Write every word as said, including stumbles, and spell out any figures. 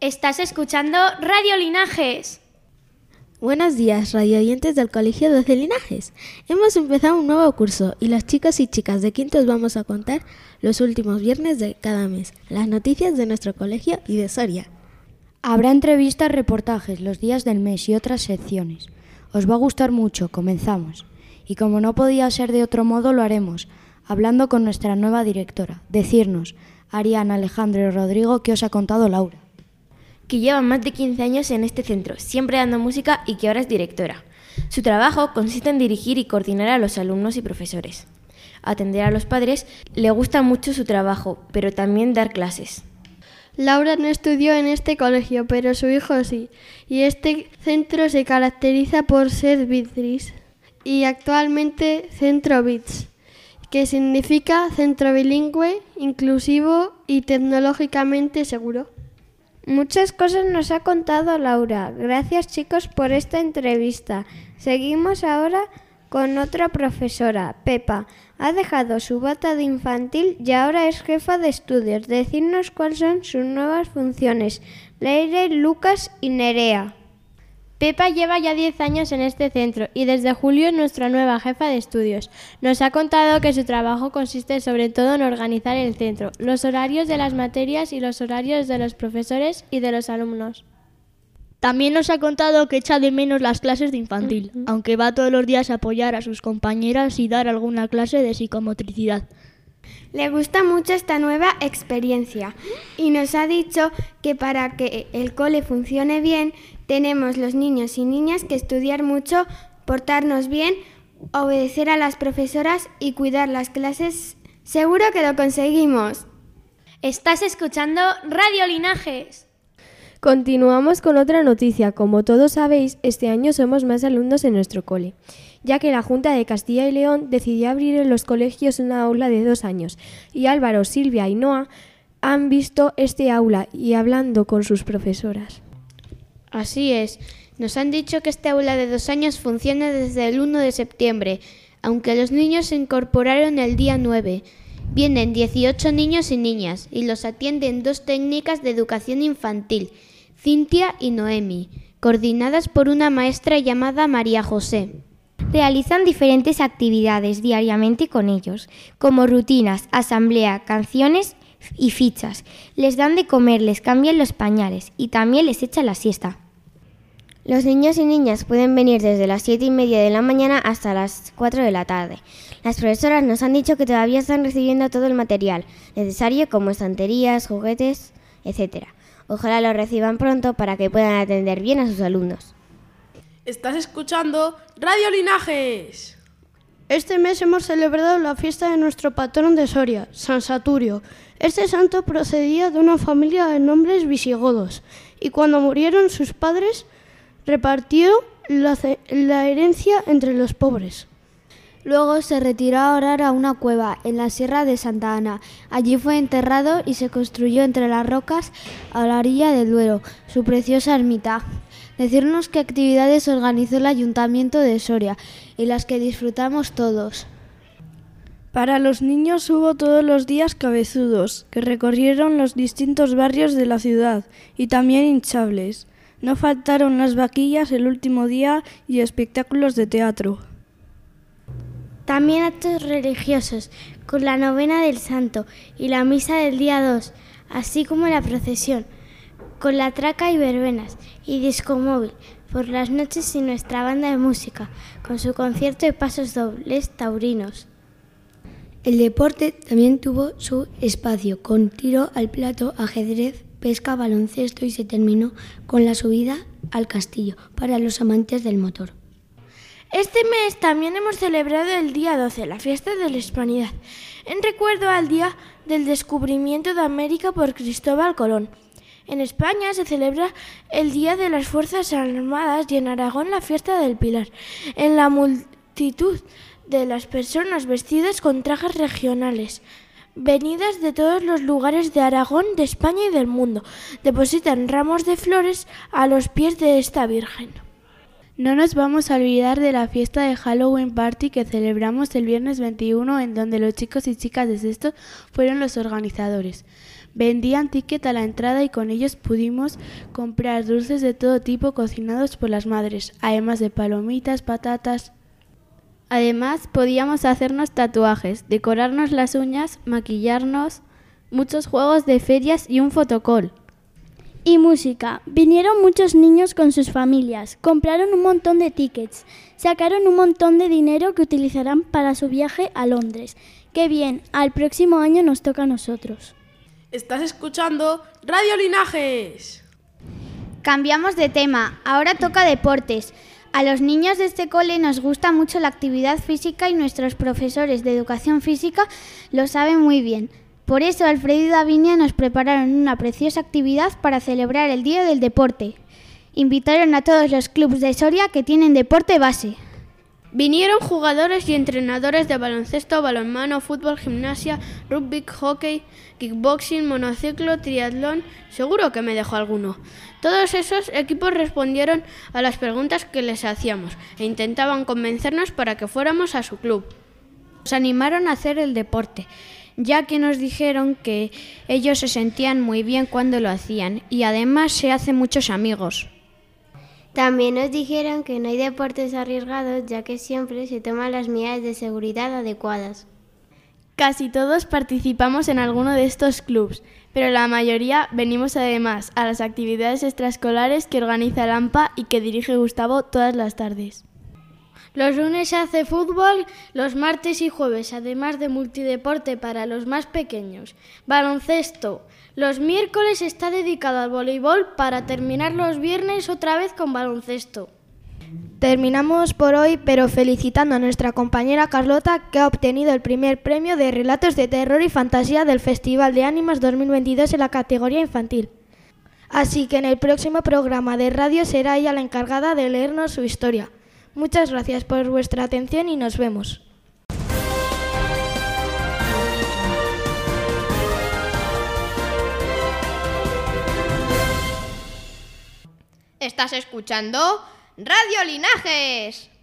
Estás escuchando Radio Linajes. Buenos días, radioyentes del Colegio doce Linajes. Hemos empezado un nuevo curso y los chicos y chicas de quinto os vamos a contar los últimos viernes de cada mes, las noticias de nuestro colegio y de Soria. Habrá entrevistas, reportajes, los días del mes y otras secciones. Os va a gustar mucho, comenzamos. Y como no podía ser de otro modo, lo haremos, hablando con nuestra nueva directora. Decirnos, Ariana, Alejandro y Rodrigo, ¿qué os ha contado Laura? Que lleva más de quince años en este centro, siempre dando música y que ahora es directora. Su trabajo consiste en dirigir y coordinar a los alumnos y profesores. Atender a los padres, le gusta mucho su trabajo, pero también dar clases. Laura no estudió en este colegio, pero su hijo sí, y este centro se caracteriza por ser Bitris y actualmente Centro Bits, que significa centro bilingüe, inclusivo y tecnológicamente seguro. Muchas cosas nos ha contado Laura. Gracias, chicos, por esta entrevista. Seguimos ahora con otra profesora, Pepa. Ha dejado su bata de infantil y ahora es jefa de estudios. Decirnos cuáles son sus nuevas funciones. Leire, Lucas y Nerea. Pepa lleva ya diez años en este centro y desde julio es nuestra nueva jefa de estudios. Nos ha contado que su trabajo consiste sobre todo en organizar el centro, los horarios de las materias y los horarios de los profesores y de los alumnos. También nos ha contado que echa de menos las clases de infantil, uh-huh. aunque va todos los días a apoyar a sus compañeras y dar alguna clase de psicomotricidad. Le gusta mucho esta nueva experiencia y nos ha dicho que para que el cole funcione bien tenemos los niños y niñas que estudiar mucho, portarnos bien, obedecer a las profesoras y cuidar las clases. ¡Seguro que lo conseguimos! Estás escuchando Radio Linajes. Continuamos con otra noticia. Como todos sabéis, este año somos más alumnos en nuestro cole, ya que la Junta de Castilla y León decidió abrir en los colegios una aula de dos años y Álvaro, Silvia y Noa han visto este aula y hablando con sus profesoras. Así es, nos han dicho que este aula de dos años funciona desde el uno de septiembre, aunque los niños se incorporaron el día nueve. Vienen dieciocho niños y niñas y los atienden dos técnicas de educación infantil, Cintia y Noemi, coordinadas por una maestra llamada María José. Realizan diferentes actividades diariamente con ellos, como rutinas, asamblea, canciones y fichas. Les dan de comer, les cambian los pañales y también les echan la siesta. Los niños y niñas pueden venir desde las siete y media de la mañana hasta las cuatro de la tarde. Las profesoras nos han dicho que todavía están recibiendo todo el material necesario como estanterías, juguetes, etcétera. Ojalá lo reciban pronto para que puedan atender bien a sus alumnos. Estás escuchando Radio Linajes. Este mes hemos celebrado la fiesta de nuestro patrón de Soria, San Saturio. Este santo procedía de una familia de nobles visigodos y cuando murieron sus padres repartió la, la herencia entre los pobres. Luego se retiró a orar a una cueva en la Sierra de Santa Ana. Allí fue enterrado y se construyó entre las rocas a la orilla del Duero su preciosa ermita. Decirnos qué actividades organizó el Ayuntamiento de Soria y las que disfrutamos todos. Para los niños hubo todos los días cabezudos, que recorrieron los distintos barrios de la ciudad, y también hinchables. No faltaron las vaquillas el último día y espectáculos de teatro. También actos religiosos, con la novena del Santo y la misa del día dos, así como la procesión, con la traca y verbenas, y disco móvil, por las noches y nuestra banda de música, con su concierto de pasos dobles taurinos. El deporte también tuvo su espacio, con tiro al plato, ajedrez, pesca, baloncesto y se terminó con la subida al castillo para los amantes del motor. Este mes también hemos celebrado el día doce, la fiesta de la Hispanidad, en recuerdo al día del descubrimiento de América por Cristóbal Colón. En España se celebra el Día de las Fuerzas Armadas y en Aragón la fiesta del Pilar. En la multitud de las personas vestidas con trajes regionales, venidas de todos los lugares de Aragón, de España y del mundo, depositan ramos de flores a los pies de esta Virgen. No nos vamos a olvidar de la fiesta de Halloween Party que celebramos el viernes veintiuno, en donde los chicos y chicas de sexto fueron los organizadores. Vendían ticket a la entrada y con ellos pudimos comprar dulces de todo tipo cocinados por las madres, además de palomitas, patatas. Además, podíamos hacernos tatuajes, decorarnos las uñas, maquillarnos, muchos juegos de ferias y un fotocall. Y música. Vinieron muchos niños con sus familias, compraron un montón de tickets, sacaron un montón de dinero que utilizarán para su viaje a Londres. ¡Qué bien! Al próximo año nos toca a nosotros. Estás escuchando Radio Linajes. Cambiamos de tema, ahora toca deportes. A los niños de este cole nos gusta mucho la actividad física y nuestros profesores de educación física lo saben muy bien. Por eso Alfredo y Davinia nos prepararon una preciosa actividad para celebrar el Día del Deporte. Invitaron a todos los clubes de Soria que tienen deporte base. Vinieron jugadores y entrenadores de baloncesto, balonmano, fútbol, gimnasia, rugby, hockey, kickboxing, monociclo, triatlón. Seguro que me dejó alguno. Todos esos equipos respondieron a las preguntas que les hacíamos e intentaban convencernos para que fuéramos a su club. Nos animaron a hacer el deporte, ya que nos dijeron que ellos se sentían muy bien cuando lo hacían y además se hacen muchos amigos. También nos dijeron que no hay deportes arriesgados, ya que siempre se toman las medidas de seguridad adecuadas. Casi todos participamos en alguno de estos clubs, pero la mayoría venimos además a las actividades extraescolares que organiza el A M P A y que dirige Gustavo todas las tardes. Los lunes se hace fútbol, los martes y jueves, además de multideporte para los más pequeños. Baloncesto. Los miércoles está dedicado al voleibol para terminar los viernes otra vez con baloncesto. Terminamos por hoy, pero felicitando a nuestra compañera Carlota, que ha obtenido el primer premio de Relatos de Terror y Fantasía del Festival de Ánimas dos mil veintidós en la categoría infantil. Así que en el próximo programa de radio será ella la encargada de leernos su historia. Muchas gracias por vuestra atención y nos vemos. Estás escuchando Radio Linajes.